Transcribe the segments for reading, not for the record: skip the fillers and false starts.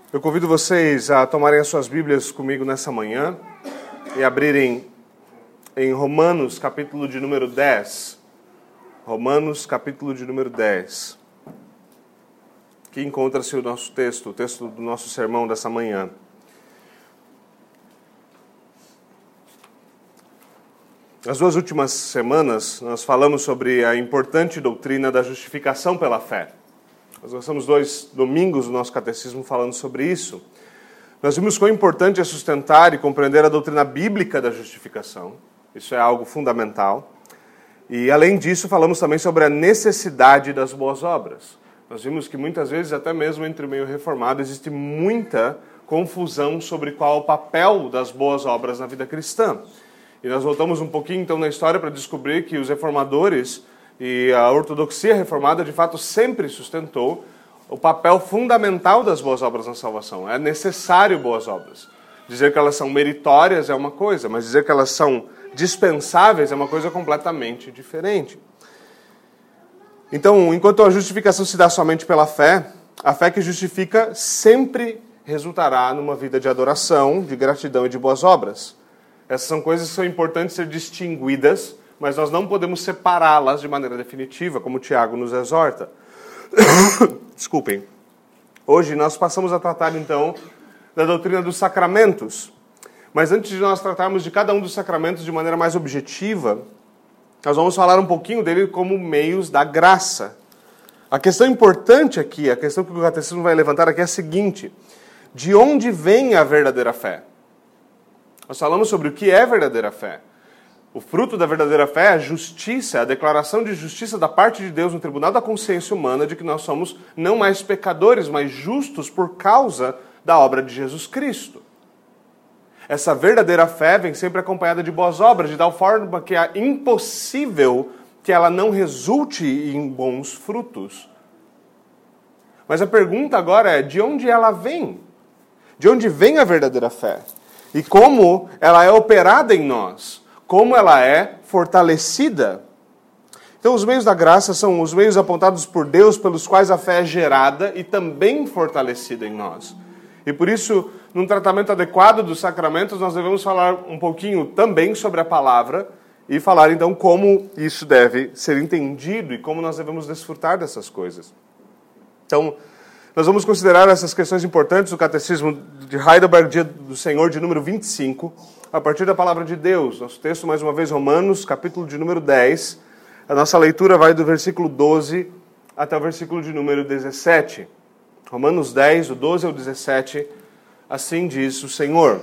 Eu convido vocês a tomarem as suas Bíblias comigo nessa manhã e abrirem em Romanos, capítulo de número 10. Romanos, capítulo de número 10. Aqui encontra-se o nosso texto, o texto do nosso sermão dessa manhã. Nas duas últimas semanas, nós falamos sobre a importante doutrina da justificação pela fé. Nós passamos 2 domingos do nosso catecismo falando sobre isso. Nós vimos quão importante é sustentar e compreender a doutrina bíblica da justificação. Isso é algo fundamental. E, além disso, falamos também sobre a necessidade das boas obras. Nós vimos que muitas vezes, até mesmo entre o meio reformado, existe muita confusão sobre qual é o papel das boas obras na vida cristã. E nós voltamos um pouquinho, então, na história para descobrir que os reformadores e a ortodoxia reformada, de fato, sempre sustentou o papel fundamental das boas obras na salvação. É necessário boas obras. Dizer que elas são meritórias é uma coisa, mas dizer que elas são dispensáveis é uma coisa completamente diferente. Então, enquanto a justificação se dá somente pela fé, a fé que justifica sempre resultará numa vida de adoração, de gratidão e de boas obras. Essas são coisas que são importantes ser distinguidas, mas nós não podemos separá-las de maneira definitiva, como o Tiago nos exorta. Desculpem. Hoje nós passamos a tratar, então, da doutrina dos sacramentos. Mas antes de nós tratarmos de cada um dos sacramentos de maneira mais objetiva, nós vamos falar um pouquinho dele como meios da graça. A questão importante aqui, a questão que o catecismo vai levantar aqui é a seguinte: de onde vem a verdadeira fé? Nós falamos sobre o que é verdadeira fé. O fruto da verdadeira fé é a justiça, a declaração de justiça da parte de Deus no tribunal da consciência humana de que nós somos não mais pecadores, mas justos por causa da obra de Jesus Cristo. Essa verdadeira fé vem sempre acompanhada de boas obras, de tal forma que é impossível que ela não resulte em bons frutos. Mas a pergunta agora é: de onde ela vem? De onde vem a verdadeira fé? E como ela é operada em nós? Como ela é fortalecida? Então, os meios da graça são os meios apontados por Deus pelos quais a fé é gerada e também fortalecida em nós. E por isso, num tratamento adequado dos sacramentos, nós devemos falar um pouquinho também sobre a palavra e falar, então, como isso deve ser entendido e como nós devemos desfrutar dessas coisas. Então, nós vamos considerar essas questões importantes do Catecismo de Heidelberg, Dia do Senhor, de número 25, a partir da palavra de Deus. Nosso texto, mais uma vez, Romanos, capítulo de número 10. A nossa leitura vai do versículo 12 até o versículo de número 17. Romanos 10, do 12 ao 17, assim diz o Senhor: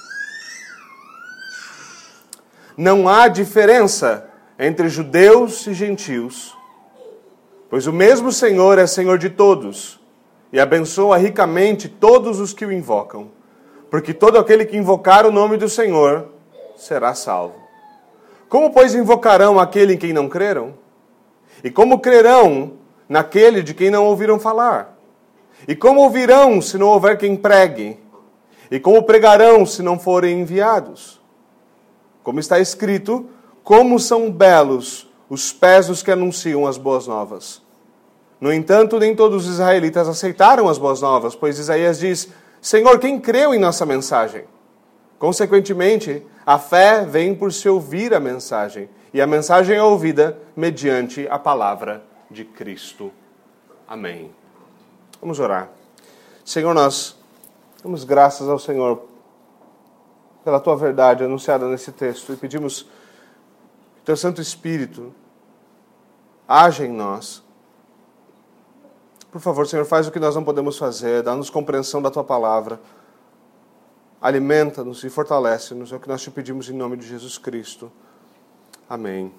não há diferença entre judeus e gentios, pois o mesmo Senhor é Senhor de todos, e abençoa ricamente todos os que o invocam. Porque todo aquele que invocar o nome do Senhor será salvo. Como, pois, invocarão aquele em quem não creram? E como crerão naquele de quem não ouviram falar? E como ouvirão se não houver quem pregue? E como pregarão se não forem enviados? Como está escrito, como são belos os pés dos que anunciam as boas novas. No entanto, nem todos os israelitas aceitaram as boas novas, pois Isaías diz: Senhor, quem creu em nossa mensagem? Consequentemente, a fé vem por se ouvir a mensagem, e a mensagem é ouvida mediante a palavra de Cristo. Amém. Vamos orar. Senhor, nós damos graças ao Senhor pela Tua verdade anunciada nesse texto e pedimos que Teu Santo Espírito haja em nós. Por favor, Senhor, faz o que nós não podemos fazer, dá-nos compreensão da Tua palavra, alimenta-nos e fortalece-nos, é o que nós te pedimos em nome de Jesus Cristo. Amém.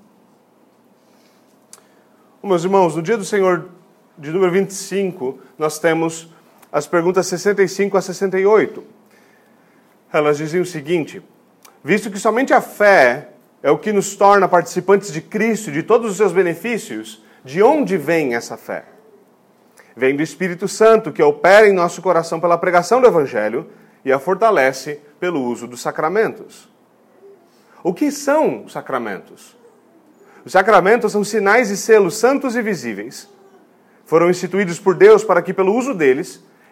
Meus irmãos, no dia do Senhor, de número 25, nós temos as perguntas 65 a 68. Elas dizem o seguinte: visto que somente a fé é o que nos torna participantes de Cristo e de todos os seus benefícios, de onde vem essa fé? Vem do Espírito Santo, que opera em nosso coração pela pregação do Evangelho e a fortalece pelo uso dos sacramentos. O que são os sacramentos? Os sacramentos são sinais e selos santos e visíveis. Foram instituídos por Deus para que, pelo uso deles,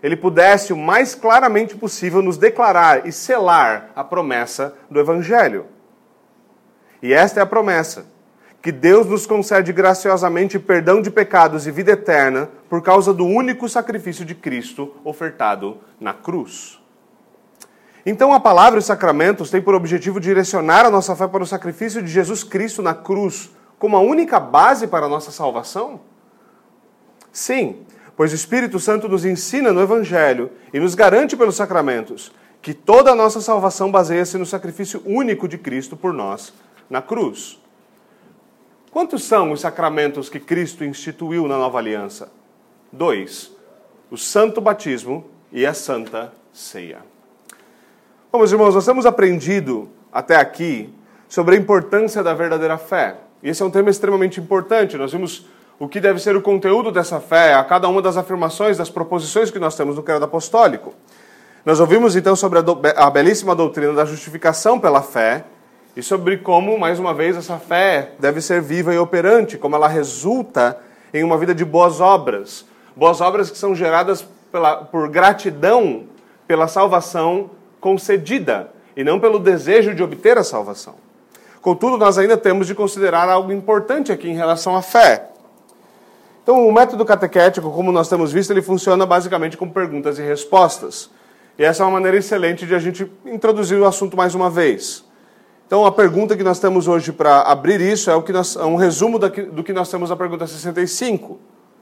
ele pudesse o mais claramente possível nos declarar e selar a promessa do Evangelho. E esta é a promessa, que Deus nos concede graciosamente perdão de pecados e vida eterna por causa do único sacrifício de Cristo ofertado na cruz. Então a palavra e os sacramentos têm por objetivo direcionar a nossa fé para o sacrifício de Jesus Cristo na cruz como a única base para a nossa salvação? Sim, pois o Espírito Santo nos ensina no Evangelho e nos garante pelos sacramentos que toda a nossa salvação baseia-se no sacrifício único de Cristo por nós na cruz. Quantos são os sacramentos que Cristo instituiu na nova aliança? 2. O santo batismo e a santa ceia. Bom, meus irmãos, nós temos aprendido até aqui sobre a importância da verdadeira fé. E esse é um tema extremamente importante. Nós vimos o que deve ser o conteúdo dessa fé, a cada uma das afirmações, das proposições que nós temos no credo apostólico. Nós ouvimos então sobre a belíssima doutrina da justificação pela fé, e sobre como, mais uma vez, essa fé deve ser viva e operante, como ela resulta em uma vida de boas obras. Boas obras que são geradas por gratidão pela salvação concedida, e não pelo desejo de obter a salvação. Contudo, nós ainda temos de considerar algo importante aqui em relação à fé. Então, o método catequético, como nós temos visto, ele funciona basicamente com perguntas e respostas. E essa é uma maneira excelente de a gente introduzir o assunto mais uma vez. Então, a pergunta que nós temos hoje para abrir isso é um resumo do que nós temos na pergunta 65.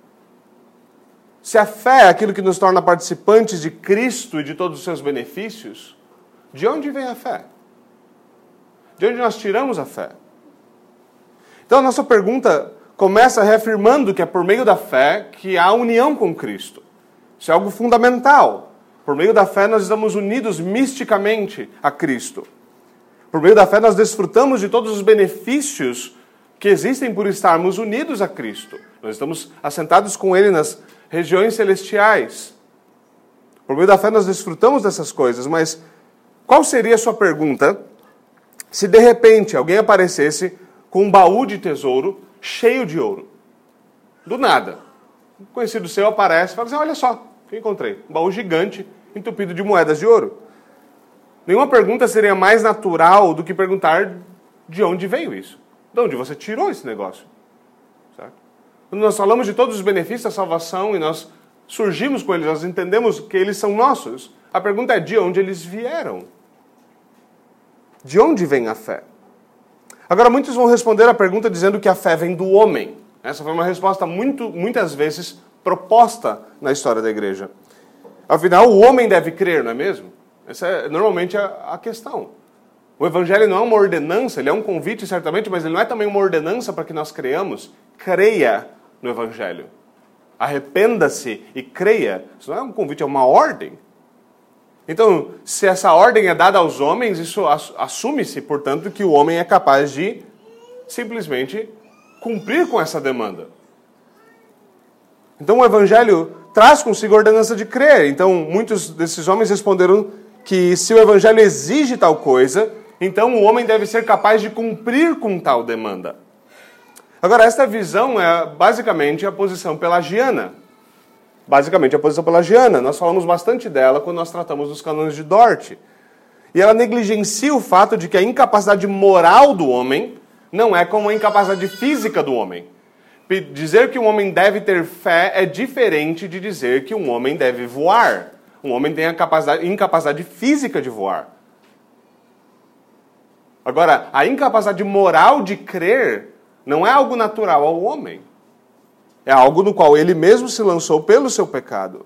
Se a fé é aquilo que nos torna participantes de Cristo e de todos os seus benefícios, de onde vem a fé? De onde nós tiramos a fé? Então, a nossa pergunta começa reafirmando que é por meio da fé que há união com Cristo. Isso é algo fundamental. Por meio da fé, nós estamos unidos misticamente a Cristo. Por meio da fé, nós desfrutamos de todos os benefícios que existem por estarmos unidos a Cristo. Nós estamos assentados com Ele nas regiões celestiais. Por meio da fé, nós desfrutamos dessas coisas, mas qual seria a sua pergunta se de repente alguém aparecesse com um baú de tesouro cheio de ouro? Do nada. Um conhecido seu aparece e fala assim, olha só, o que eu encontrei? Um baú gigante entupido de moedas de ouro. Nenhuma pergunta seria mais natural do que perguntar de onde veio isso. De onde você tirou esse negócio? Certo? Quando nós falamos de todos os benefícios da salvação e nós surgimos com eles, nós entendemos que eles são nossos. A pergunta é de onde eles vieram? De onde vem a fé? Agora, muitos vão responder a pergunta dizendo que a fé vem do homem. Essa foi uma resposta muitas vezes proposta na história da igreja. Afinal, o homem deve crer, não é mesmo? Essa é normalmente a questão. O Evangelho não é uma ordenança, ele é um convite certamente, mas ele não é também uma ordenança para que nós creiamos. Creia no Evangelho. Arrependa-se e creia. Isso não é um convite, é uma ordem. Então, se essa ordem é dada aos homens, isso assume-se, portanto, que o homem é capaz de simplesmente cumprir com essa demanda. Então, o Evangelho traz consigo a ordenança de crer. Então, muitos desses homens responderam que se o Evangelho exige tal coisa, então o homem deve ser capaz de cumprir com tal demanda. Agora, esta visão é basicamente a posição pelagiana. Nós falamos bastante dela quando nós tratamos dos cânones de Dort. E ela negligencia o fato de que a incapacidade moral do homem não é como a incapacidade física do homem. Dizer que um homem deve ter fé é diferente de dizer que um homem deve voar. Um homem tem a incapacidade física de voar. Agora, a incapacidade moral de crer não é algo natural ao homem. É algo no qual ele mesmo se lançou pelo seu pecado.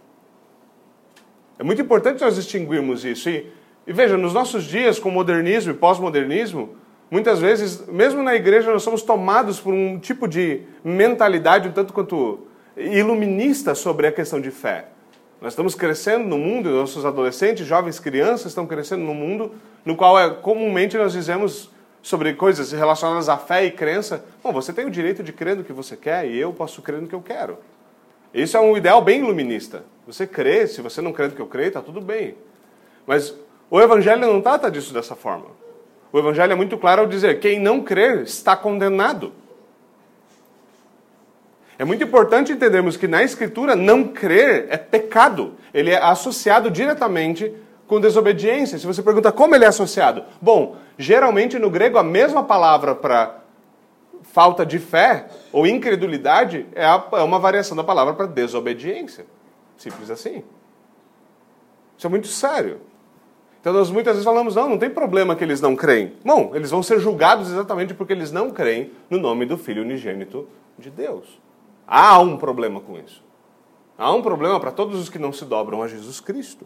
É muito importante nós distinguirmos isso. E veja, nos nossos dias, com modernismo e pós-modernismo, muitas vezes, mesmo na igreja, nós somos tomados por um tipo de mentalidade um tanto quanto iluminista sobre a questão de fé. Nós estamos crescendo no mundo, nossos adolescentes, jovens, crianças estão crescendo no mundo, no qual comumente nós dizemos sobre coisas relacionadas à fé e crença. Bom, você tem o direito de crer no que você quer e eu posso crer no que eu quero. Isso é um ideal bem iluminista. Você crê, se você não crê no que eu creio, está tudo bem. Mas o Evangelho não trata disso dessa forma. O Evangelho é muito claro ao dizer, quem não crer está condenado. É muito importante entendermos que na Escritura não crer é pecado. Ele é associado diretamente com desobediência. Se você pergunta como ele é associado, bom, geralmente no grego a mesma palavra para falta de fé ou incredulidade é uma variação da palavra para desobediência. Simples assim. Isso é muito sério. Então nós muitas vezes falamos, não tem problema que eles não creem. Bom, eles vão ser julgados exatamente porque eles não creem no nome do Filho unigênito de Deus. Há um problema com isso. Há um problema para todos os que não se dobram a Jesus Cristo.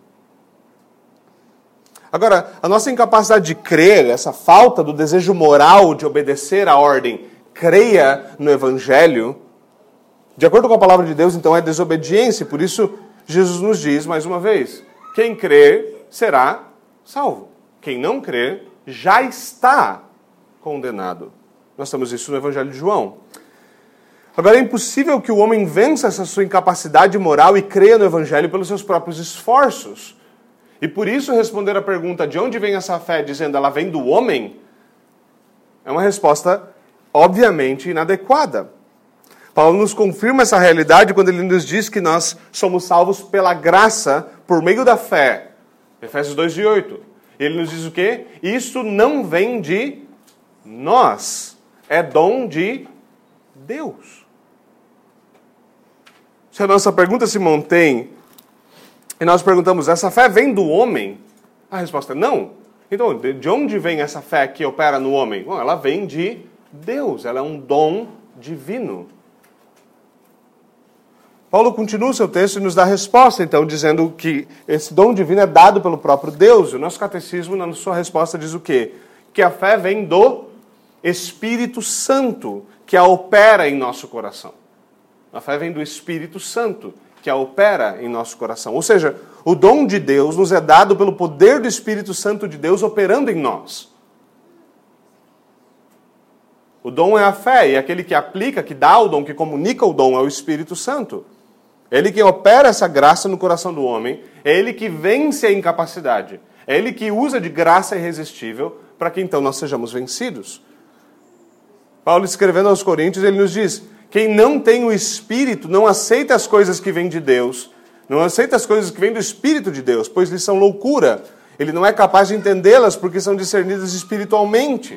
Agora, a nossa incapacidade de crer, essa falta do desejo moral de obedecer à ordem, creia no Evangelho, de acordo com a palavra de Deus, então é desobediência. Por isso, Jesus nos diz, mais uma vez, quem crer será salvo. Quem não crer já está condenado. Nós temos isso no Evangelho de João. Agora, é impossível que o homem vença essa sua incapacidade moral e creia no Evangelho pelos seus próprios esforços. E por isso responder a pergunta de onde vem essa fé, dizendo ela vem do homem, é uma resposta obviamente inadequada. Paulo nos confirma essa realidade quando ele nos diz que nós somos salvos pela graça por meio da fé. Efésios 2:8. Ele nos diz o quê? Isso não vem de nós, é dom de Deus. Se a nossa pergunta se mantém e nós perguntamos, essa fé vem do homem? A resposta é não. Então, de onde vem essa fé que opera no homem? Bom, ela vem de Deus, ela é um dom divino. Paulo continua o seu texto e nos dá a resposta, então, dizendo que esse dom divino é dado pelo próprio Deus. O nosso catecismo, na sua resposta, diz o quê? Que a fé vem do Espírito Santo, que a opera em nosso coração. A fé vem do Espírito Santo, que a opera em nosso coração. Ou seja, o dom de Deus nos é dado pelo poder do Espírito Santo de Deus operando em nós. O dom é a fé, e aquele que aplica, que dá o dom, que comunica o dom é o Espírito Santo. É ele que opera essa graça no coração do homem, é ele que vence a incapacidade, é ele que usa de graça irresistível para que então nós sejamos vencidos. Paulo, escrevendo aos Coríntios, ele nos diz, quem não tem o Espírito não aceita as coisas que vêm de Deus, não aceita as coisas que vêm do Espírito de Deus, pois lhes são loucura. Ele não é capaz de entendê-las porque são discernidas espiritualmente.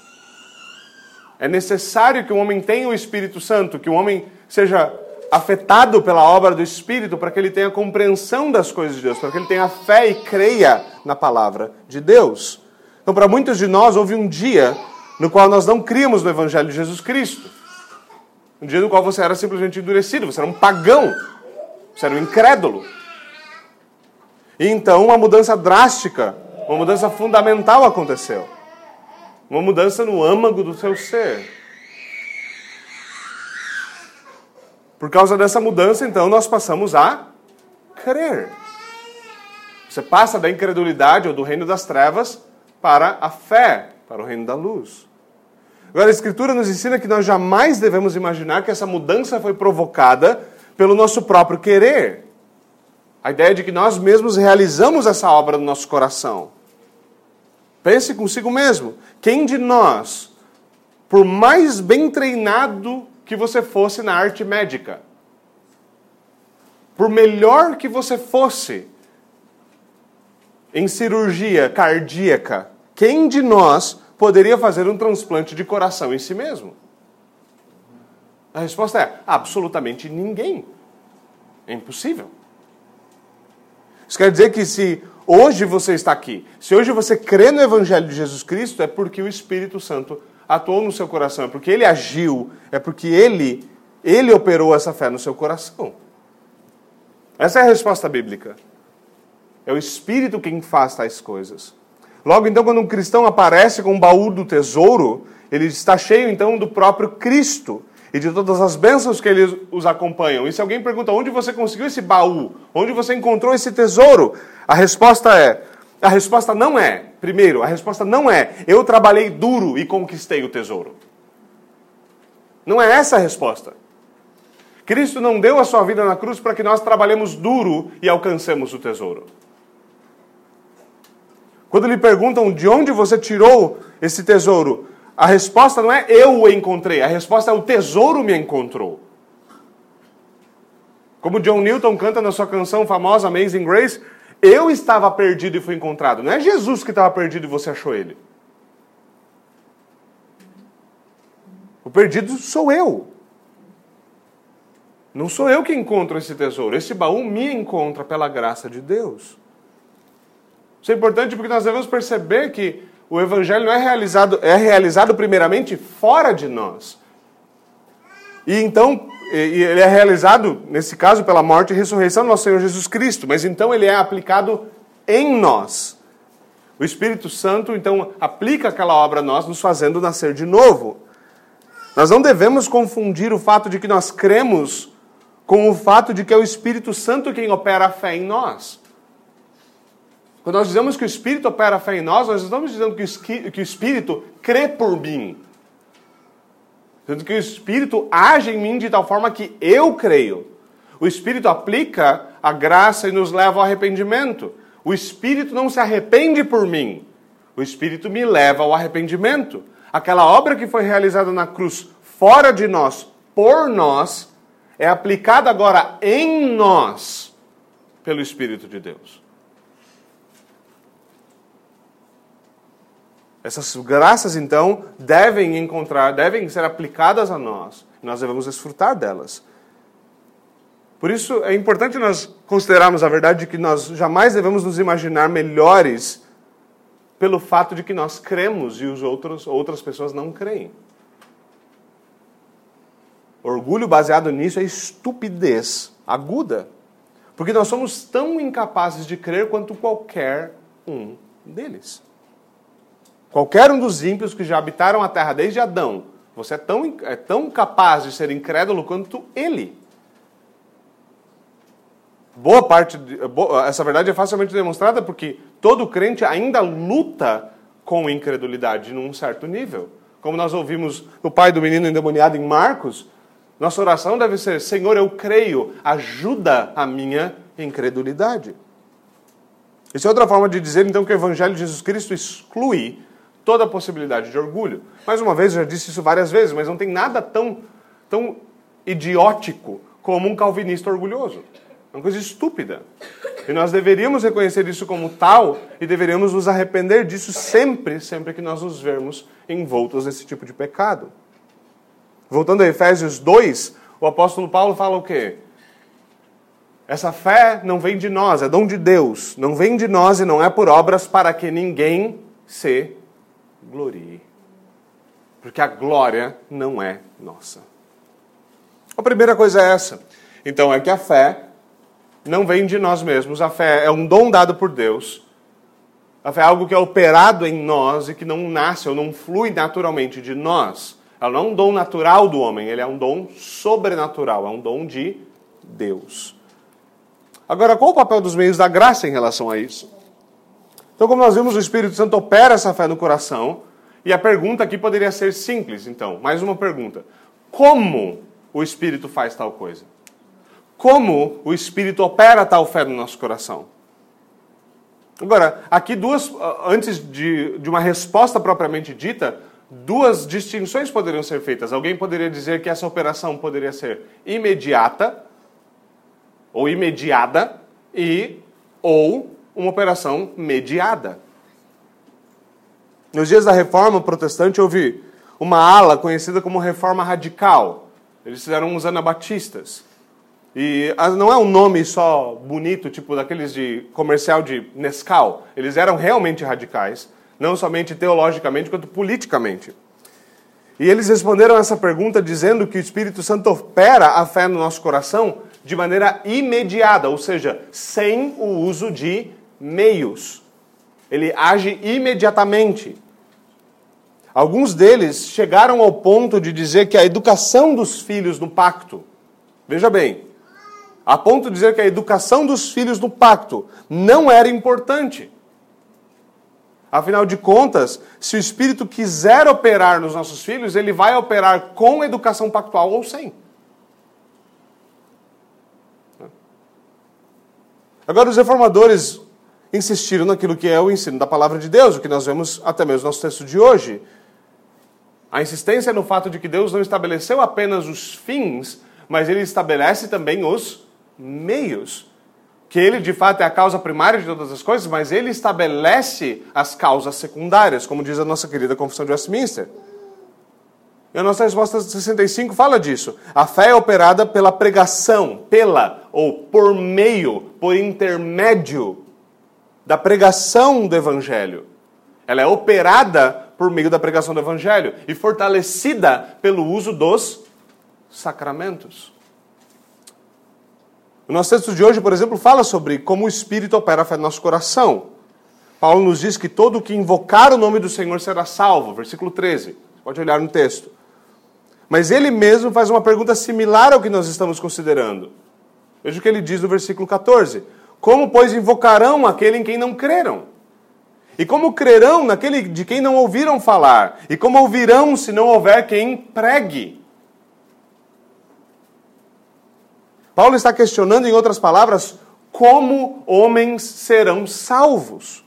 É necessário que o homem tenha o Espírito Santo, que o homem seja afetado pela obra do Espírito para que ele tenha compreensão das coisas de Deus, para que ele tenha fé e creia na palavra de Deus. Então, para muitos de nós, houve um dia no qual nós não críamos no Evangelho de Jesus Cristo. Um dia no qual você era simplesmente endurecido, você era um pagão, você era um incrédulo. E então uma mudança drástica, uma mudança fundamental aconteceu. Uma mudança no âmago do seu ser. Por causa dessa mudança, então, nós passamos a crer. Você passa da incredulidade ou do reino das trevas para a fé, para o reino da luz. Agora, a Escritura nos ensina que nós jamais devemos imaginar que essa mudança foi provocada pelo nosso próprio querer. A ideia de que nós mesmos realizamos essa obra no nosso coração. Pense consigo mesmo. Quem de nós, por mais bem treinado que você fosse na arte médica, por melhor que você fosse em cirurgia cardíaca, quem de nós poderia fazer um transplante de coração em si mesmo? A resposta é absolutamente ninguém. É impossível. Isso quer dizer que se hoje você está aqui, se hoje você crê no Evangelho de Jesus Cristo, é porque o Espírito Santo atuou no seu coração, é porque ele agiu, é porque ele operou essa fé no seu coração. Essa é a resposta bíblica. É o Espírito quem faz tais coisas. Logo, então, quando um cristão aparece com um baú do tesouro, ele está cheio, então, do próprio Cristo e de todas as bênçãos que ele os acompanham. E se alguém pergunta onde você conseguiu esse baú, onde você encontrou esse tesouro, a resposta não é, primeiro, a resposta não é, eu trabalhei duro e conquistei o tesouro. Não é essa a resposta. Cristo não deu a sua vida na cruz para que nós trabalhemos duro e alcancemos o tesouro. Quando lhe perguntam de onde você tirou esse tesouro, a resposta não é eu o encontrei, a resposta é o tesouro me encontrou. Como John Newton canta na sua canção famosa Amazing Grace, eu estava perdido e fui encontrado. Não é Jesus que estava perdido e você achou ele. O perdido sou eu. Não sou eu que encontro esse tesouro. Esse baú me encontra pela graça de Deus. Isso é importante porque nós devemos perceber que o Evangelho não é realizado primeiramente fora de nós. E então, ele é realizado, nesse caso, pela morte e ressurreição do nosso Senhor Jesus Cristo. Mas então ele é aplicado em nós. O Espírito Santo, então, aplica aquela obra a nós, nos fazendo nascer de novo. Nós não devemos confundir o fato de que nós cremos com o fato de que é o Espírito Santo quem opera a fé em nós. Quando nós dizemos que o Espírito opera a fé em nós estamos dizendo que o Espírito crê por mim. Sendo que o Espírito age em mim de tal forma que eu creio. O Espírito aplica a graça e nos leva ao arrependimento. O Espírito não se arrepende por mim. O Espírito me leva ao arrependimento. Aquela obra que foi realizada na cruz fora de nós, por nós, é aplicada agora em nós pelo Espírito de Deus. Essas graças, então, devem ser aplicadas a nós. E nós devemos desfrutar delas. Por isso, é importante nós considerarmos a verdade de que nós jamais devemos nos imaginar melhores pelo fato de que nós cremos e outras pessoas não creem. Orgulho baseado nisso é estupidez aguda. Porque nós somos tão incapazes de crer quanto qualquer um deles. Qualquer um dos ímpios que já habitaram a terra desde Adão, você é tão capaz de ser incrédulo quanto ele. Essa verdade é facilmente demonstrada porque todo crente ainda luta com incredulidade num certo nível. Como nós ouvimos no pai do menino endemoniado em Marcos, nossa oração deve ser: Senhor, eu creio, ajuda a minha incredulidade. Isso é outra forma de dizer, então, que o Evangelho de Jesus Cristo exclui toda a possibilidade de orgulho. Mais uma vez, eu já disse isso várias vezes, mas não tem nada tão idiótico como um calvinista orgulhoso. É uma coisa estúpida. E nós deveríamos reconhecer isso como tal e deveríamos nos arrepender disso sempre que nós nos vermos envoltos nesse tipo de pecado. Voltando a Efésios 2, o apóstolo Paulo fala o quê? Essa fé não vem de nós, é dom de Deus. Não vem de nós e não é por obras para que ninguém se glorie. Porque a glória não é nossa. A primeira coisa é essa. Então, é que a fé não vem de nós mesmos. A fé é um dom dado por Deus. A fé é algo que é operado em nós e que não nasce ou não flui naturalmente de nós. Ela não é um dom natural do homem, ele é um dom sobrenatural, é um dom de Deus. Agora, qual o papel dos meios da graça em relação a isso? Então, como nós vimos, o Espírito Santo opera essa fé no coração, e a pergunta aqui poderia ser simples, então. Mais uma pergunta. Como o Espírito faz tal coisa? Como o Espírito opera tal fé no nosso coração? Agora, aqui antes de uma resposta propriamente dita, duas distinções poderiam ser feitas. Alguém poderia dizer que essa operação poderia ser imediata, ou imediada, ou uma operação mediada. Nos dias da Reforma Protestante houve uma ala conhecida como Reforma Radical. Eles fizeram os anabatistas. E não é um nome só bonito, tipo daqueles de comercial de Nescau. Eles eram realmente radicais, não somente teologicamente, quanto politicamente. E eles responderam essa pergunta dizendo que o Espírito Santo opera a fé no nosso coração de maneira imediata, ou seja, sem o uso de meios. Ele age imediatamente. Alguns deles chegaram ao ponto de dizer que a educação dos filhos no pacto, veja bem, a ponto de dizer que a educação dos filhos no pacto não era importante. Afinal de contas, se o Espírito quiser operar nos nossos filhos, ele vai operar com educação pactual ou sem. Agora, os reformadores insistiram naquilo que é o ensino da palavra de Deus, o que nós vemos até mesmo no nosso texto de hoje. A insistência no fato de que Deus não estabeleceu apenas os fins, mas ele estabelece também os meios. Que ele, de fato, é a causa primária de todas as coisas, mas ele estabelece as causas secundárias, como diz a nossa querida Confissão de Westminster. E a nossa resposta 65 fala disso. A fé é operada pela pregação, ou por meio, por intermédio da pregação do Evangelho. Ela é operada por meio da pregação do Evangelho e fortalecida pelo uso dos sacramentos. O nosso texto de hoje, por exemplo, fala sobre como o Espírito opera a fé no nosso coração. Paulo nos diz que todo que invocar o nome do Senhor será salvo, versículo 13. Você pode olhar no texto. Mas ele mesmo faz uma pergunta similar ao que nós estamos considerando. Veja o que ele diz no versículo 14. Como, pois, invocarão aquele em quem não creram? E como crerão naquele de quem não ouviram falar? E como ouvirão se não houver quem pregue? Paulo está questionando, em outras palavras, como homens serão salvos.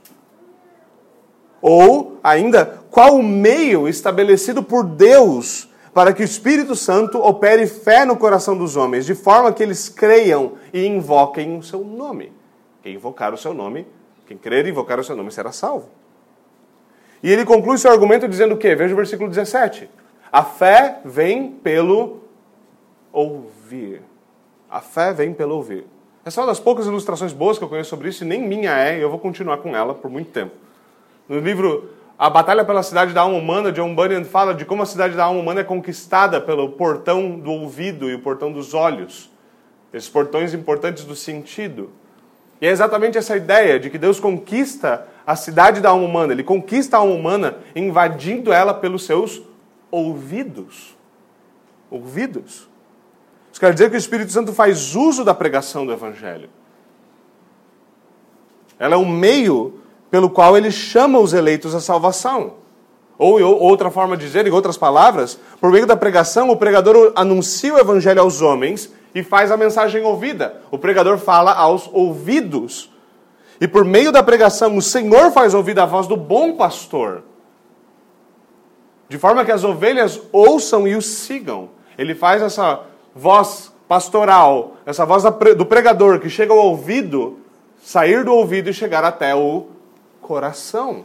Ou, ainda, qual o meio estabelecido por Deus para que o Espírito Santo opere fé no coração dos homens, de forma que eles creiam e invoquem o seu nome. Quem invocar o seu nome, quem crer e invocar o seu nome será salvo. E ele conclui seu argumento dizendo o quê? Veja o versículo 17. A fé vem pelo ouvir. A fé vem pelo ouvir. Essa é uma das poucas ilustrações boas que eu conheço sobre isso, e nem minha é, e eu vou continuar com ela por muito tempo. No livro A Batalha pela Cidade da Alma Humana, John Bunyan fala de como a cidade da alma humana é conquistada pelo portão do ouvido e o portão dos olhos. Esses portões importantes do sentido. E é exatamente essa ideia de que Deus conquista a cidade da alma humana. Ele conquista a alma humana invadindo ela pelos seus ouvidos. Ouvidos. Isso quer dizer que o Espírito Santo faz uso da pregação do Evangelho. Ela é um meio pelo qual ele chama os eleitos à salvação. Ou outra forma de dizer, em outras palavras, por meio da pregação, o pregador anuncia o Evangelho aos homens e faz a mensagem ouvida. O pregador fala aos ouvidos. E por meio da pregação, o Senhor faz ouvir a voz do bom pastor. De forma que as ovelhas ouçam e o sigam. Ele faz essa voz pastoral, essa voz do pregador que chega ao ouvido, sair do ouvido e chegar até o coração.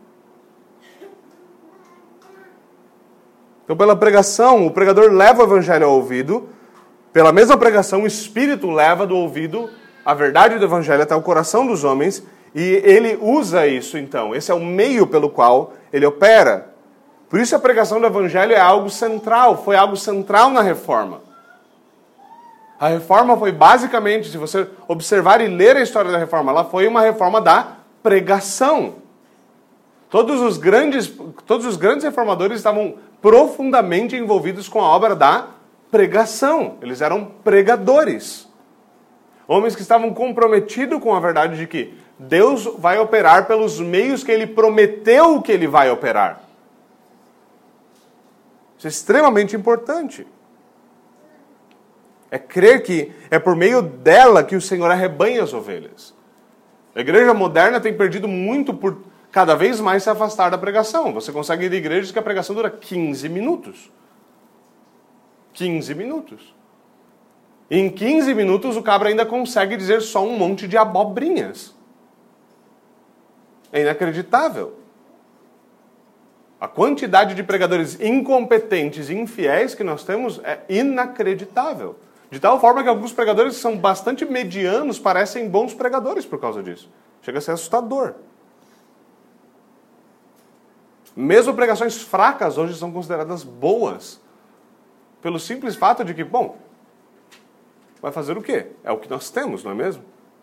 Então, pela pregação, o pregador leva o Evangelho ao ouvido. Pela mesma pregação, o Espírito leva do ouvido a verdade do Evangelho até o coração dos homens. E ele usa isso, então. Esse é o meio pelo qual ele opera. Por isso a pregação do Evangelho é algo central. Foi algo central na Reforma. A Reforma foi basicamente, se você observar e ler a história da Reforma, ela foi uma reforma da pregação. Todos os grandes reformadores estavam profundamente envolvidos com a obra da pregação. Eles eram pregadores. Homens que estavam comprometidos com a verdade de que Deus vai operar pelos meios que Ele prometeu que Ele vai operar. Isso é extremamente importante. É crer que é por meio dela que o Senhor arrebanha as ovelhas. A igreja moderna tem perdido muito por cada vez mais se afastar da pregação. Você consegue ir de igrejas que a pregação dura 15 minutos. 15 minutos. E em 15 minutos o cabra ainda consegue dizer só um monte de abobrinhas. É inacreditável. A quantidade de pregadores incompetentes e infiéis que nós temos é inacreditável. De tal forma que alguns pregadores que são bastante medianos parecem bons pregadores por causa disso. Chega a ser assustador. Mesmo pregações fracas hoje são consideradas boas. Pelo simples fato de que, bom, vai fazer o quê? É o que nós temos, não é mesmo?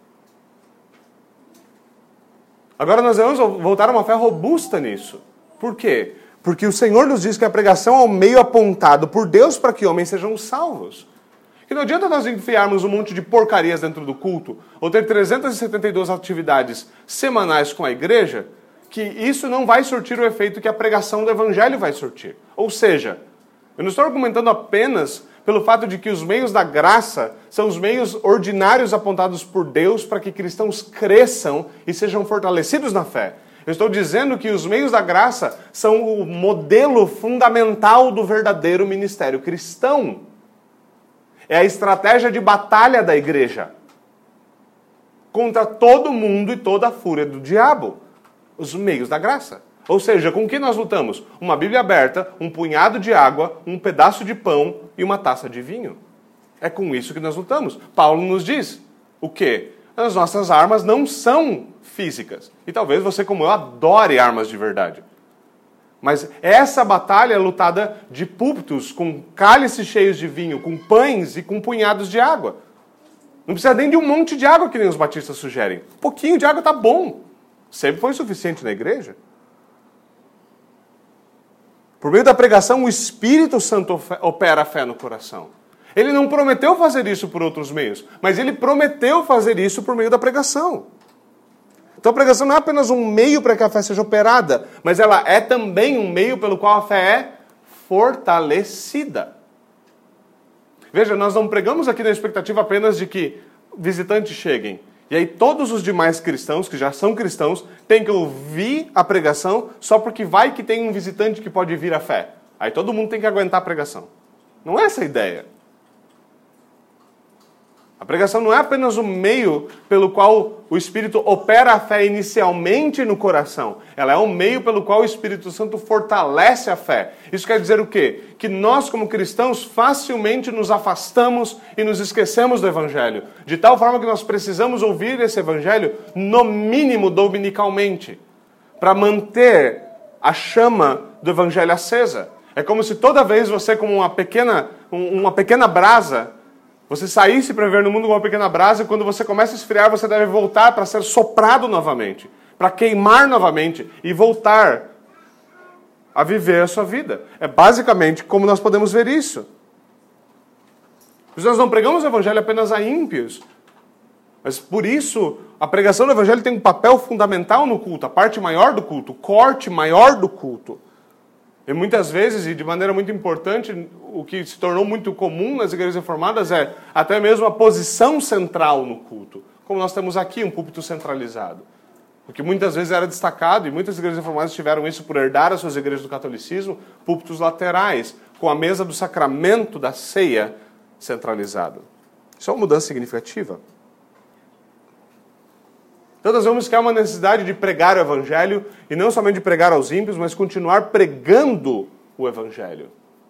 Agora nós vamos voltar a uma fé robusta nisso. Por quê? Porque o Senhor nos diz que a pregação é o meio apontado por Deus para que homens sejam salvos. Que não adianta nós enfiarmos um monte de porcarias dentro do culto, ou ter 372 atividades semanais com a igreja, que isso não vai surtir o efeito que a pregação do Evangelho vai surtir. Ou seja, eu não estou argumentando apenas pelo fato de que os meios da graça são os meios ordinários apontados por Deus para que cristãos cresçam e sejam fortalecidos na fé. Eu estou dizendo que os meios da graça são o modelo fundamental do verdadeiro ministério cristão. É a estratégia de batalha da igreja contra todo mundo e toda a fúria do diabo. Os meios da graça. Ou seja, com o que nós lutamos? Uma Bíblia aberta, um punhado de água, um pedaço de pão e uma taça de vinho. É com isso que nós lutamos. Paulo nos diz o quê? As nossas armas não são físicas. E talvez você, como eu, adore armas de verdade. Mas essa batalha é lutada de púlpitos, com cálices cheios de vinho, com pães e com punhados de água. Não precisa nem de um monte de água que nem os batistas sugerem. Um pouquinho de água está bom. Sempre foi suficiente na igreja. Por meio da pregação, o Espírito Santo opera a fé no coração. Ele não prometeu fazer isso por outros meios, mas ele prometeu fazer isso por meio da pregação. Então a pregação não é apenas um meio para que a fé seja operada, mas ela é também um meio pelo qual a fé é fortalecida. Veja, nós não pregamos aqui na expectativa apenas de que visitantes cheguem. E aí todos os demais cristãos, que já são cristãos, têm que ouvir a pregação só porque vai que tem um visitante que pode vir à fé. Aí todo mundo tem que aguentar a pregação. Não é essa a ideia. A pregação não é apenas o meio pelo qual o Espírito opera a fé inicialmente no coração. Ela é um meio pelo qual o Espírito Santo fortalece a fé. Isso quer dizer o quê? Que nós, como cristãos, facilmente nos afastamos e nos esquecemos do Evangelho. De tal forma que nós precisamos ouvir esse Evangelho, no mínimo, dominicalmente, para manter a chama do Evangelho acesa. É como se toda vez você, como uma pequena brasa, você saísse para viver no mundo com uma pequena brasa e quando você começa a esfriar, você deve voltar para ser soprado novamente, para queimar novamente e voltar a viver a sua vida. É basicamente como nós podemos ver isso. Nós não pregamos o Evangelho apenas a ímpios, mas por isso a pregação do Evangelho tem um papel fundamental no culto, a parte maior do culto, o corte maior do culto. E muitas vezes, e de maneira muito importante, o que se tornou muito comum nas igrejas reformadas é até mesmo a posição central no culto. Como nós temos aqui, um púlpito centralizado. O que muitas vezes era destacado, e muitas igrejas reformadas tiveram isso por herdar as suas igrejas do catolicismo, púlpitos laterais, com a mesa do sacramento da ceia centralizado. Isso é uma mudança significativa. Então nós vemos que há uma necessidade de pregar o Evangelho, e não somente de pregar aos ímpios, mas continuar pregando o Evangelho.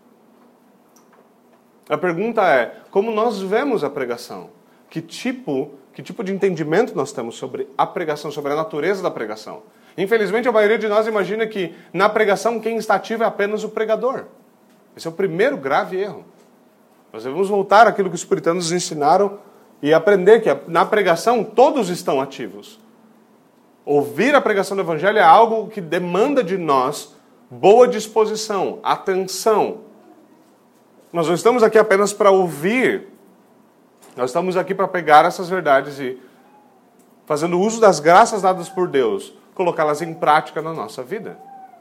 A pergunta é, como nós vemos a pregação? Que tipo de entendimento nós temos sobre a pregação, sobre a natureza da pregação? Infelizmente, a maioria de nós imagina que na pregação quem está ativo é apenas o pregador. Esse é o primeiro grave erro. Nós devemos voltar àquilo que os puritanos nos ensinaram e aprender que na pregação todos estão ativos. Ouvir a pregação do Evangelho é algo que demanda de nós boa disposição, atenção. Nós não estamos aqui apenas para ouvir. Nós estamos aqui para pegar essas verdades e, fazendo uso das graças dadas por Deus, colocá-las em prática na nossa vida.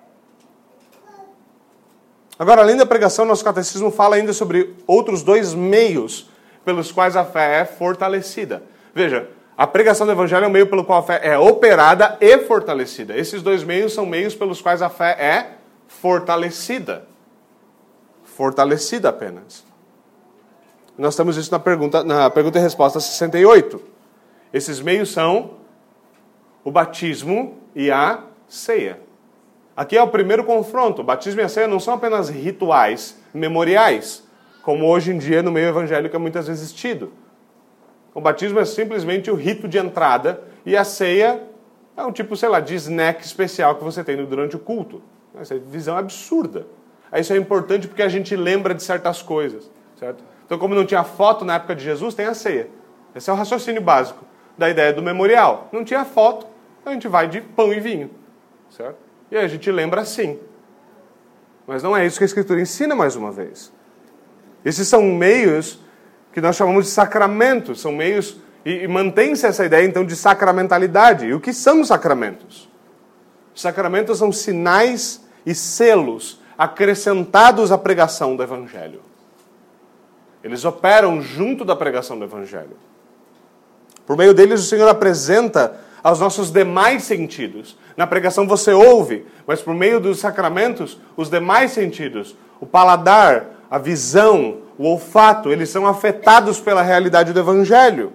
Agora, além da pregação, nosso catecismo fala ainda sobre outros dois meios pelos quais a fé é fortalecida. Veja, a pregação do Evangelho é um meio pelo qual a fé é operada e fortalecida. Esses dois meios são meios pelos quais a fé é fortalecida. Fortalecida apenas. Nós temos isso na pergunta e resposta 68. Esses meios são o batismo e a ceia. Aqui é o primeiro confronto. O batismo e a ceia não são apenas rituais, memoriais, como hoje em dia no meio evangélico é muitas vezes tido. O batismo é simplesmente o rito de entrada e a ceia é um tipo, de snack especial que você tem durante o culto. Essa visão é absurda. Isso é importante porque a gente lembra de certas coisas, certo? Então, como não tinha foto na época de Jesus, tem a ceia. Esse é o raciocínio básico da ideia do memorial. Não tinha foto, a gente vai de pão e vinho, certo? E aí a gente lembra assim. Mas não é isso que a Escritura ensina mais uma vez. Esses são meios que nós chamamos de sacramentos, são meios, e mantém-se essa ideia então de sacramentalidade. E o que são sacramentos? Os sacramentos são sinais e selos acrescentados à pregação do Evangelho. Eles operam junto da pregação do Evangelho. Por meio deles o Senhor apresenta aos nossos demais sentidos. Na pregação você ouve, mas por meio dos sacramentos, os demais sentidos, o paladar, a visão, o olfato, eles são afetados pela realidade do Evangelho.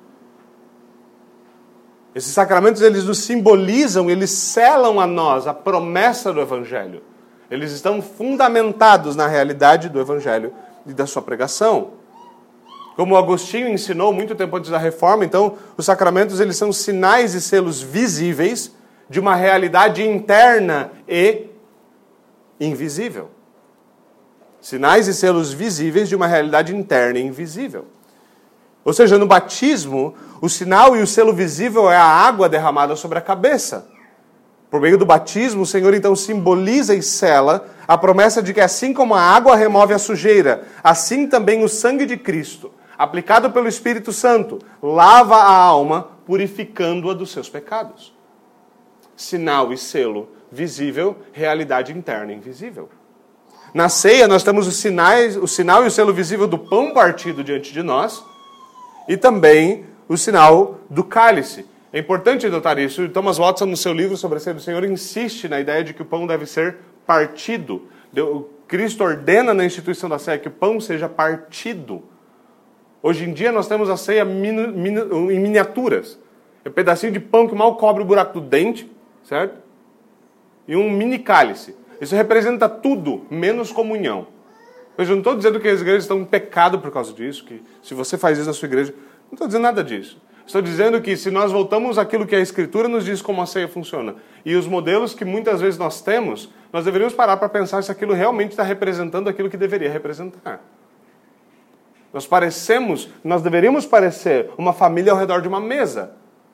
Esses sacramentos, eles nos simbolizam, eles selam a nós a promessa do Evangelho. Eles estão fundamentados na realidade do Evangelho e da sua pregação. Como Agostinho ensinou muito tempo antes da Reforma, então, os sacramentos, eles são sinais e selos visíveis de uma realidade interna e invisível. Sinais e selos visíveis de uma realidade interna e invisível. Ou seja, no batismo, o sinal e o selo visível é a água derramada sobre a cabeça. Por meio do batismo, o Senhor então simboliza e sela a promessa de que assim como a água remove a sujeira, assim também o sangue de Cristo, aplicado pelo Espírito Santo, lava a alma, purificando-a dos seus pecados. Sinal e selo visível, realidade interna e invisível. Na ceia, nós temos o sinal e o selo visível do pão partido diante de nós e também o sinal do cálice. É importante notar isso. Thomas Watson, no seu livro sobre a ceia do Senhor, insiste na ideia de que o pão deve ser partido. Cristo ordena na instituição da ceia que o pão seja partido. Hoje em dia, nós temos a ceia em miniaturas. É um pedacinho de pão que mal cobre o buraco do dente, certo? E um mini cálice. Isso representa tudo, menos comunhão. Eu não estou dizendo que as igrejas estão em pecado por causa disso, que se você faz isso na sua igreja, não estou dizendo nada disso. Estou dizendo que se nós voltamos àquilo que a Escritura nos diz como a ceia funciona, e os modelos que muitas vezes nós temos, nós deveríamos parar para pensar se aquilo realmente está representando aquilo que deveria representar. Nós deveríamos parecer uma família ao redor de uma mesa.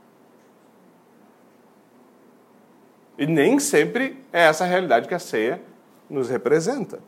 E nem sempre é essa a realidade que a ceia nos representa.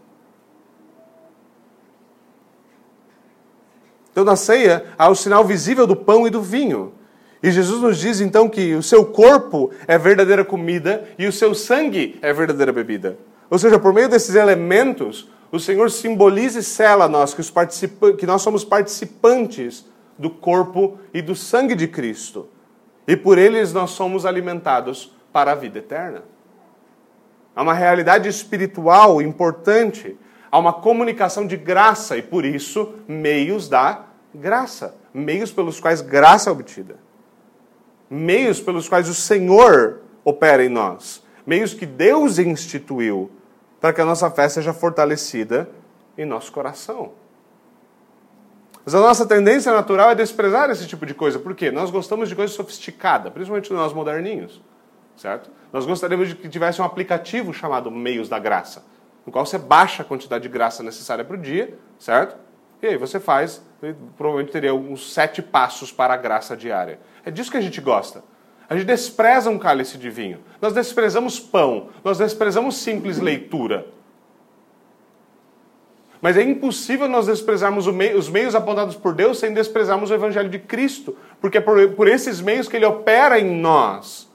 Então, na ceia, há o sinal visível do pão e do vinho. E Jesus nos diz, então, que o seu corpo é verdadeira comida e o seu sangue é verdadeira bebida. Ou seja, por meio desses elementos, o Senhor simboliza e sela a nós que nós somos participantes do corpo e do sangue de Cristo. E por eles nós somos alimentados para a vida eterna. Há uma realidade espiritual importante. Há uma comunicação de graça e, por isso, meios da graça. Meios pelos quais graça é obtida. Meios pelos quais o Senhor opera em nós. Meios que Deus instituiu para que a nossa fé seja fortalecida em nosso coração. Mas a nossa tendência natural é desprezar esse tipo de coisa. Por quê? Nós gostamos de coisa sofisticada, principalmente nós moderninhos. Certo? Nós gostaríamos de que tivesse um aplicativo chamado Meios da Graça, no qual você baixa a quantidade de graça necessária para o dia, certo? E aí você faz, provavelmente teria uns 7 passos para a graça diária. É disso que a gente gosta. A gente despreza um cálice de vinho. Nós desprezamos pão. Nós desprezamos simples leitura. Mas é impossível nós desprezarmos os meios apontados por Deus sem desprezarmos o Evangelho de Cristo. Porque é por esses meios que Ele opera em nós.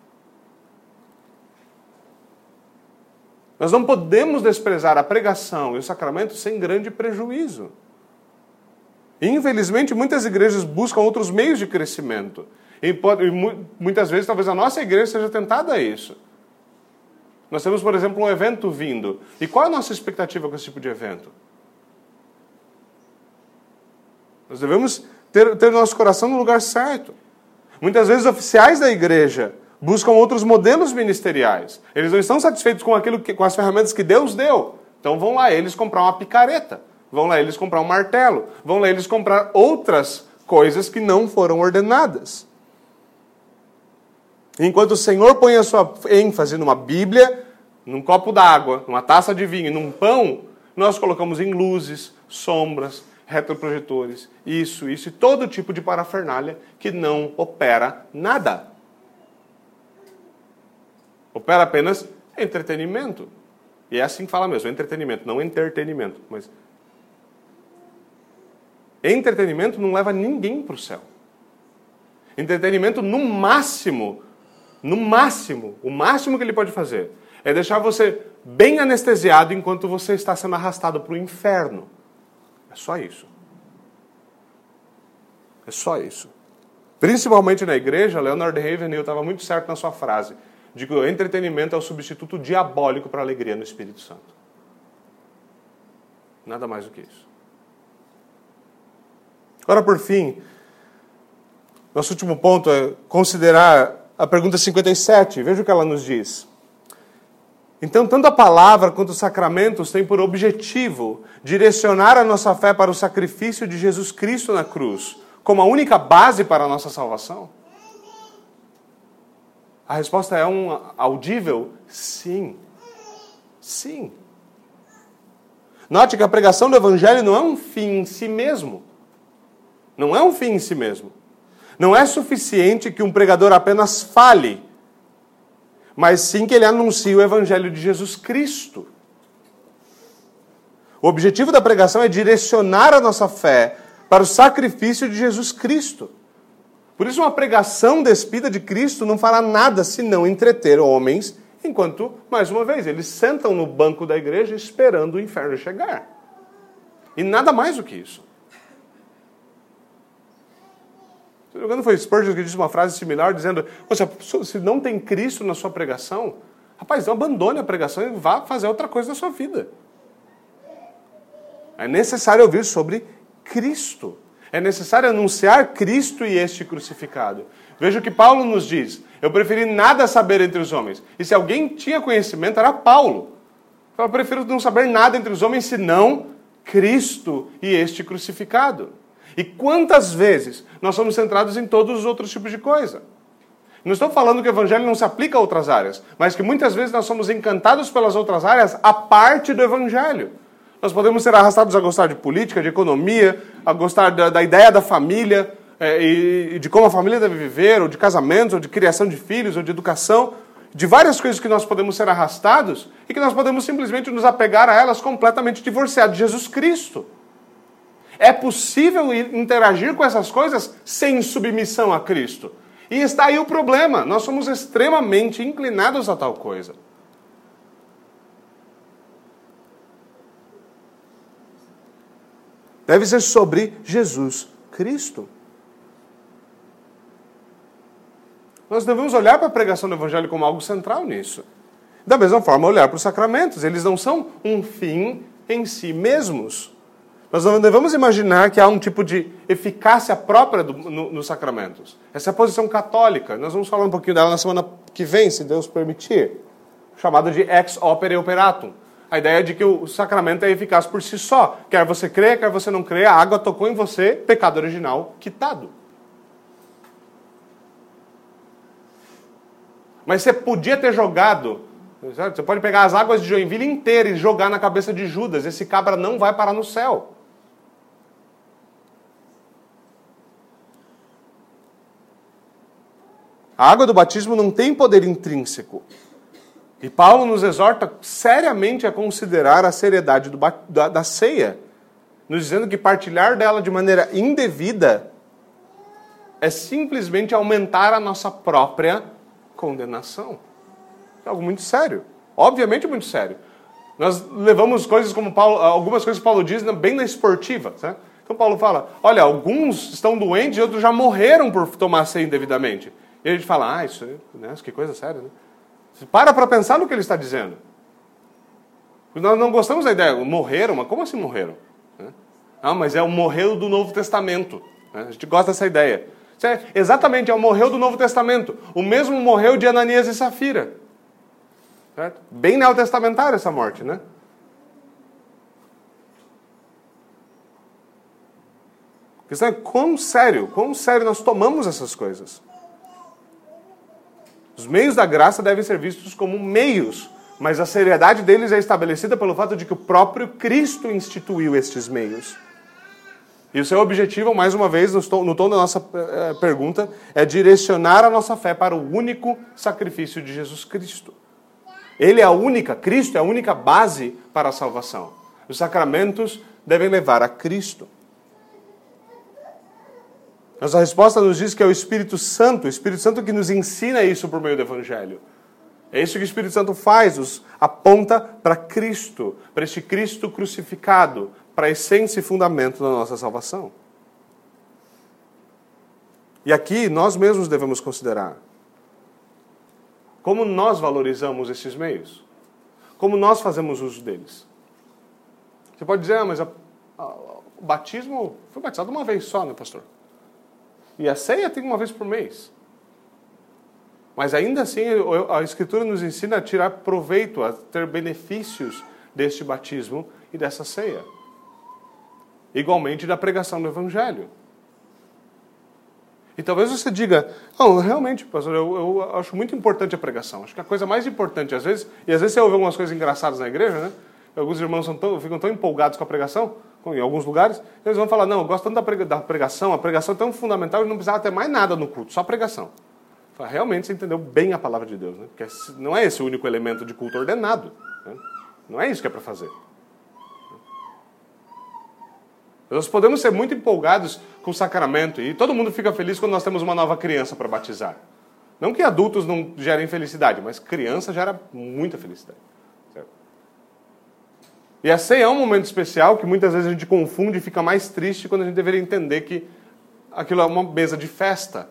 Nós não podemos desprezar a pregação e o sacramento sem grande prejuízo. Infelizmente, muitas igrejas buscam outros meios de crescimento. E muitas vezes, talvez a nossa igreja seja tentada a isso. Nós temos, por exemplo, um evento vindo. E qual é a nossa expectativa com esse tipo de evento? Nós devemos ter nosso coração no lugar certo. Muitas vezes, oficiais da igreja buscam outros modelos ministeriais. Eles não estão satisfeitos com as ferramentas que Deus deu. Então vão lá eles comprar uma picareta. Vão lá eles comprar um martelo. Vão lá eles comprar outras coisas que não foram ordenadas. Enquanto o Senhor põe a sua ênfase numa Bíblia, num copo d'água, numa taça de vinho, num pão, nós colocamos em luzes, sombras, retroprojetores, isso e todo tipo de parafernália que não opera nada. Opera apenas entretenimento. E é assim que fala mesmo, entretenimento, não entretenimento. Mas entretenimento não leva ninguém para o céu. Entretenimento, no máximo, o máximo que ele pode fazer é deixar você bem anestesiado enquanto você está sendo arrastado para o inferno. É só isso. É só isso. Principalmente na igreja, Leonard Ravenhill estava muito certo na sua frase, de que o entretenimento é o substituto diabólico para a alegria no Espírito Santo. Nada mais do que isso. Agora, por fim, nosso último ponto é considerar a pergunta 57. Veja o que ela nos diz. Então, tanto a palavra quanto os sacramentos têm por objetivo direcionar a nossa fé para o sacrifício de Jesus Cristo na cruz, como a única base para a nossa salvação? A resposta é um audível sim. Sim. Note que a pregação do Evangelho não é um fim em si mesmo. Não é um fim em si mesmo. Não é suficiente que um pregador apenas fale, mas sim que ele anuncie o Evangelho de Jesus Cristo. O objetivo da pregação é direcionar a nossa fé para o sacrifício de Jesus Cristo. Por isso, uma pregação despida de Cristo não fará nada senão entreter homens, enquanto, mais uma vez, eles sentam no banco da igreja esperando o inferno chegar. E nada mais do que isso. Se não me engano, foi Spurgeon que disse uma frase similar, dizendo, se não tem Cristo na sua pregação, rapaz, não abandone a pregação e vá fazer outra coisa na sua vida. É necessário ouvir sobre Cristo. É necessário anunciar Cristo e este crucificado. Veja o que Paulo nos diz. Eu preferi nada saber entre os homens. E se alguém tinha conhecimento, era Paulo. Eu prefiro não saber nada entre os homens, senão Cristo e este crucificado. E quantas vezes nós somos centrados em todos os outros tipos de coisa? Não estou falando que o Evangelho não se aplica a outras áreas, mas que muitas vezes nós somos encantados pelas outras áreas à parte do Evangelho. Nós podemos ser arrastados a gostar de política, de economia, a gostar da ideia da família, e de como a família deve viver, ou de casamentos, ou de criação de filhos, ou de educação, de várias coisas que nós podemos ser arrastados e que nós podemos simplesmente nos apegar a elas completamente divorciados de Jesus Cristo. É possível interagir com essas coisas sem submissão a Cristo. E está aí o problema. Nós somos extremamente inclinados a tal coisa. Deve ser sobre Jesus Cristo. Nós devemos olhar para a pregação do Evangelho como algo central nisso. Da mesma forma, olhar para os sacramentos. Eles não são um fim em si mesmos. Nós não devemos imaginar que há um tipo de eficácia própria nos sacramentos. Essa é a posição católica. Nós vamos falar um pouquinho dela na semana que vem, se Deus permitir. Chamada de ex opere operatum. A ideia de que o sacramento é eficaz por si só. Quer você creia, quer você não creia, a água tocou em você, pecado original quitado. Mas você podia ter jogado, você pode pegar as águas de Joinville inteiras e jogar na cabeça de Judas. Esse cabra não vai parar no céu. A água do batismo não tem poder intrínseco. E Paulo nos exorta seriamente a considerar a seriedade da ceia, nos dizendo que partilhar dela de maneira indevida é simplesmente aumentar a nossa própria condenação. É algo muito sério. Obviamente muito sério. Nós levamos coisas como algumas coisas que Paulo diz bem na esportiva. Certo? Então Paulo fala, olha, alguns estão doentes e outros já morreram por tomar ceia indevidamente. E a gente fala, isso, né, que coisa séria, né? Você para pensar no que ele está dizendo. Nós não gostamos da ideia, morreram, mas como assim morreram? Mas é o morreu do Novo Testamento. A gente gosta dessa ideia. Exatamente, é o morreu do Novo Testamento. O mesmo morreu de Ananias e Safira. Certo? Bem neotestamentária essa morte, né? A questão é quão sério nós tomamos essas coisas. Os meios da graça devem ser vistos como meios, mas a seriedade deles é estabelecida pelo fato de que o próprio Cristo instituiu estes meios. E o seu objetivo, mais uma vez, no tom da nossa pergunta, é direcionar a nossa fé para o único sacrifício de Jesus Cristo. Cristo é a única base para a salvação. Os sacramentos devem levar a Cristo. Mas a resposta nos diz que é o Espírito Santo que nos ensina isso por meio do Evangelho. É isso que o Espírito Santo faz, nos aponta para Cristo, para este Cristo crucificado, para a essência e fundamento da nossa salvação. E aqui nós mesmos devemos considerar como nós valorizamos esses meios, como nós fazemos uso deles. Você pode dizer, mas O batismo foi batizado uma vez só, né, pastor? E a ceia tem uma vez por mês. Mas ainda assim, a Escritura nos ensina a tirar proveito, a ter benefícios deste batismo e dessa ceia. Igualmente da pregação do Evangelho. E talvez você diga, não, realmente, pastor, eu acho muito importante a pregação. Acho que a coisa mais importante, às vezes você ouve algumas coisas engraçadas na igreja, né? Alguns irmãos ficam tão empolgados com a pregação, em alguns lugares, eles vão falar, não, eu gosto tanto da pregação, a pregação é tão fundamental, eu não precisava ter mais nada no culto, só pregação. Realmente você entendeu bem a palavra de Deus, né? Porque não é esse o único elemento de culto ordenado. Né? Não é isso que é para fazer. Nós podemos ser muito empolgados com o sacramento e todo mundo fica feliz quando nós temos uma nova criança para batizar. Não que adultos não gerem felicidade, mas criança gera muita felicidade. Certo? E a ceia é um momento especial que muitas vezes a gente confunde e fica mais triste quando a gente deveria entender que aquilo é uma mesa de festa.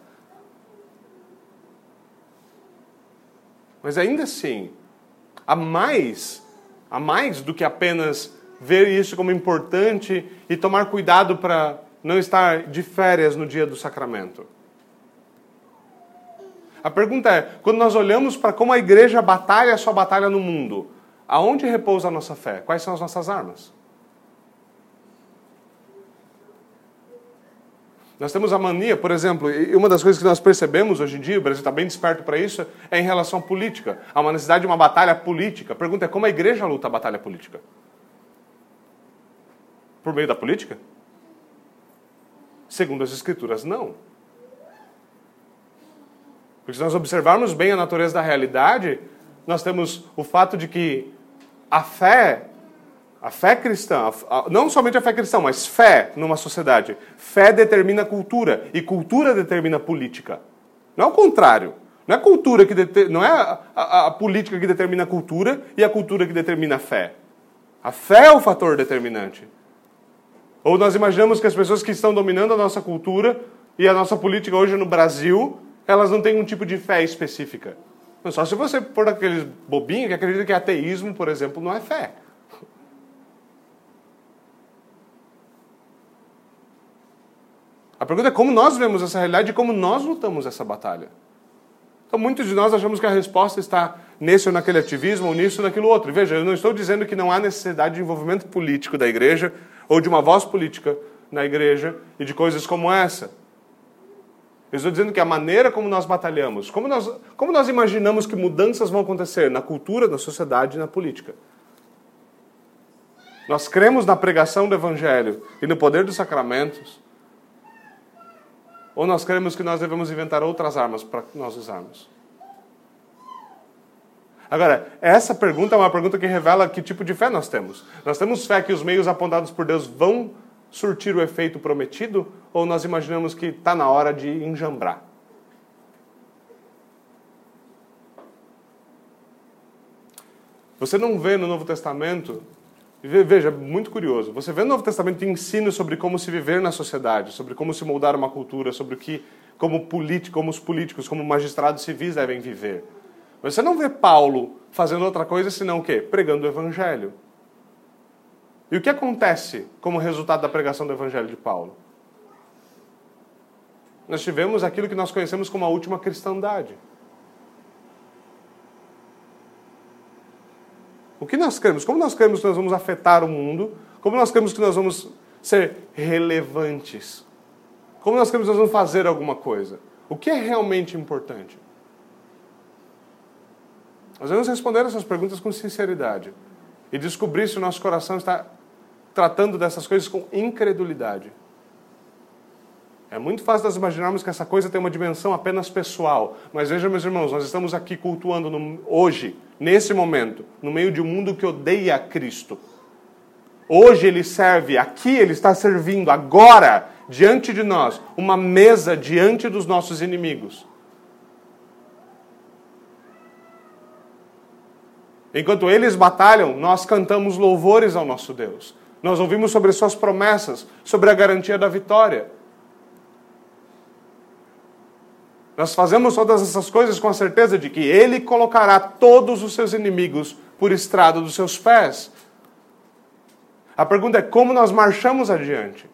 Mas ainda assim, há mais do que apenas ver isso como importante e tomar cuidado para não estar de férias no dia do sacramento. A pergunta é, quando nós olhamos para como a igreja batalha a sua batalha no mundo, aonde repousa a nossa fé? Quais são as nossas armas? Nós temos a mania, por exemplo, e uma das coisas que nós percebemos hoje em dia, o Brasil está bem desperto para isso, é em relação à política. Há uma necessidade de uma batalha política. A pergunta é como a igreja luta a batalha política? Por meio da política? Segundo as Escrituras, não. Porque se nós observarmos bem a natureza da realidade, nós temos o fato de que a fé cristã, não somente a fé cristã, mas fé numa sociedade. Fé determina cultura e cultura determina política. Não é o contrário. Não é a cultura não é a política que determina a cultura e a cultura que determina a fé. A fé é o fator determinante. Ou nós imaginamos que as pessoas que estão dominando a nossa cultura e a nossa política hoje no Brasil, elas não têm um tipo de fé específica. Mas só se você for aqueles bobinhos que acreditam que ateísmo, por exemplo, não é fé. A pergunta é como nós vemos essa realidade e como nós lutamos essa batalha. Então, muitos de nós achamos que a resposta está nesse ou naquele ativismo, ou nisso ou naquilo outro. E veja, eu não estou dizendo que não há necessidade de envolvimento político da igreja, ou de uma voz política na igreja, e de coisas como essa. Eu estou dizendo que a maneira como nós batalhamos, como nós imaginamos que mudanças vão acontecer na cultura, na sociedade e na política. Nós cremos na pregação do Evangelho e no poder dos sacramentos, ou nós cremos que nós devemos inventar outras armas para nós usarmos? Agora, essa pergunta é uma pergunta que revela que tipo de fé nós temos. Nós temos fé que os meios apontados por Deus vão surtir o efeito prometido? Ou nós imaginamos que está na hora de enjambrar? Você não vê no Novo Testamento... Veja, muito curioso. Você vê no Novo Testamento ensino sobre como se viver na sociedade, sobre como se moldar uma cultura, sobre como os políticos, como magistrados civis devem viver. Mas você não vê Paulo fazendo outra coisa senão o quê? Pregando o Evangelho. E o que acontece como resultado da pregação do Evangelho de Paulo? Nós tivemos aquilo que nós conhecemos como a última cristandade. O que nós cremos? Como nós cremos que nós vamos afetar o mundo? Como nós cremos que nós vamos ser relevantes? Como nós cremos que nós vamos fazer alguma coisa? O que é realmente importante? Nós devemos responder essas perguntas com sinceridade e descobrir se o nosso coração está tratando dessas coisas com incredulidade. É muito fácil nós imaginarmos que essa coisa tem uma dimensão apenas pessoal. Mas veja, meus irmãos, nós estamos aqui cultuando hoje, nesse momento, no meio de um mundo que odeia Cristo. Hoje ele serve, aqui ele está servindo, agora, diante de nós, uma mesa diante dos nossos inimigos. Enquanto eles batalham, nós cantamos louvores ao nosso Deus. Nós ouvimos sobre suas promessas, sobre a garantia da vitória. Nós fazemos todas essas coisas com a certeza de que Ele colocará todos os seus inimigos por estrado dos seus pés. A pergunta é como nós marchamos adiante.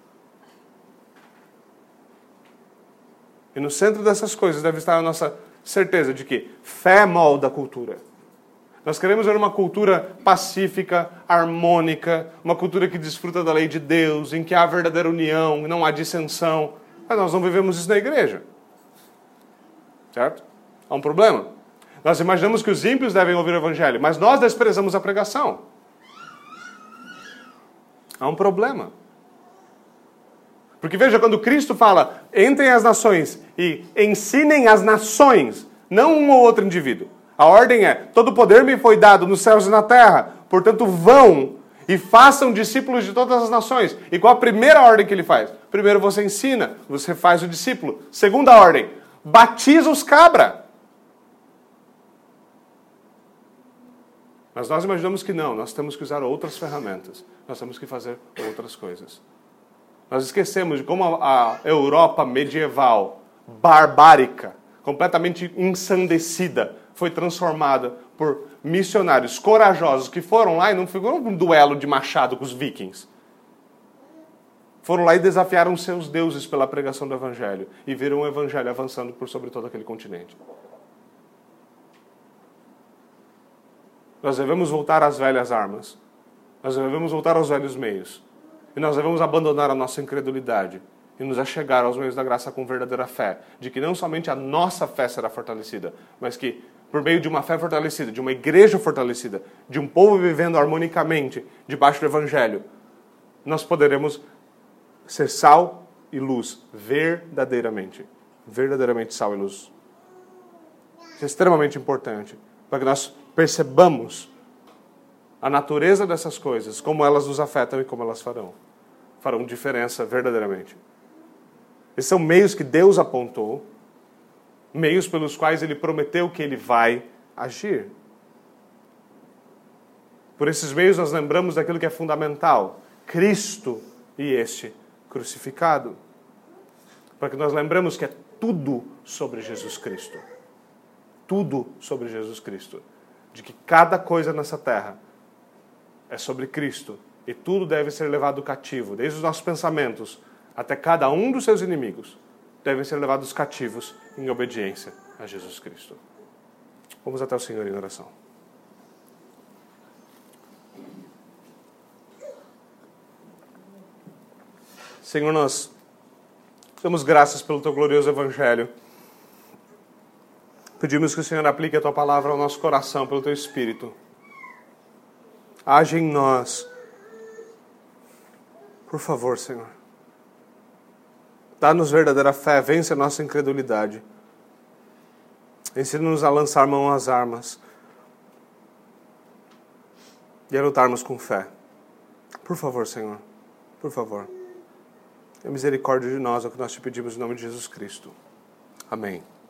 E no centro dessas coisas deve estar a nossa certeza de que fé molda a cultura. Nós queremos ver uma cultura pacífica, harmônica, uma cultura que desfruta da lei de Deus, em que há verdadeira união, não há dissensão. Mas nós não vivemos isso na igreja. Certo? Há um problema. Nós imaginamos que os ímpios devem ouvir o evangelho, mas nós desprezamos a pregação. Há um problema. Porque veja, quando Cristo fala, entrem as nações e ensinem as nações, não um ou outro indivíduo. A ordem é, todo poder me foi dado nos céus e na terra, portanto vão e façam discípulos de todas as nações. E qual a primeira ordem que ele faz? Primeiro você ensina, você faz o discípulo. Segunda ordem, batiza os cabra. Mas nós imaginamos que não, nós temos que usar outras ferramentas. Nós temos que fazer outras coisas. Nós esquecemos de como a Europa medieval, barbárica, completamente ensandecida, foi transformada por missionários corajosos que foram lá e não foram um duelo de machado com os vikings. Foram lá e desafiaram seus deuses pela pregação do evangelho e viram o evangelho avançando por sobre todo aquele continente. Nós devemos voltar às velhas armas. Nós devemos voltar aos velhos meios. E nós devemos abandonar a nossa incredulidade e nos achegar aos meios da graça com verdadeira fé, de que não somente a nossa fé será fortalecida, mas que por meio de uma fé fortalecida, de uma igreja fortalecida, de um povo vivendo harmonicamente debaixo do evangelho, nós poderemos ser sal e luz verdadeiramente. Verdadeiramente sal e luz. Isso é extremamente importante, para que nós percebamos a natureza dessas coisas, como elas nos afetam e como elas farão diferença verdadeiramente. Esses são meios que Deus apontou, meios pelos quais Ele prometeu que Ele vai agir. Por esses meios nós lembramos daquilo que é fundamental, Cristo e este crucificado. Para que nós lembremos que é tudo sobre Jesus Cristo. Tudo sobre Jesus Cristo. De que cada coisa nessa terra é sobre Cristo. E tudo deve ser levado cativo, desde os nossos pensamentos até cada um dos seus inimigos, devem ser levados cativos em obediência a Jesus Cristo. Vamos até o Senhor em oração. Senhor, nós damos graças pelo Teu glorioso Evangelho. Pedimos que o Senhor aplique a Tua palavra ao nosso coração pelo Teu Espírito. Age em nós. Por favor, Senhor. Dá-nos verdadeira fé, vence a nossa incredulidade. Ensina-nos a lançar mão às armas e a lutarmos com fé. Por favor, Senhor. Por favor. Tenha misericórdia de nós, é o que nós te pedimos em nome de Jesus Cristo. Amém.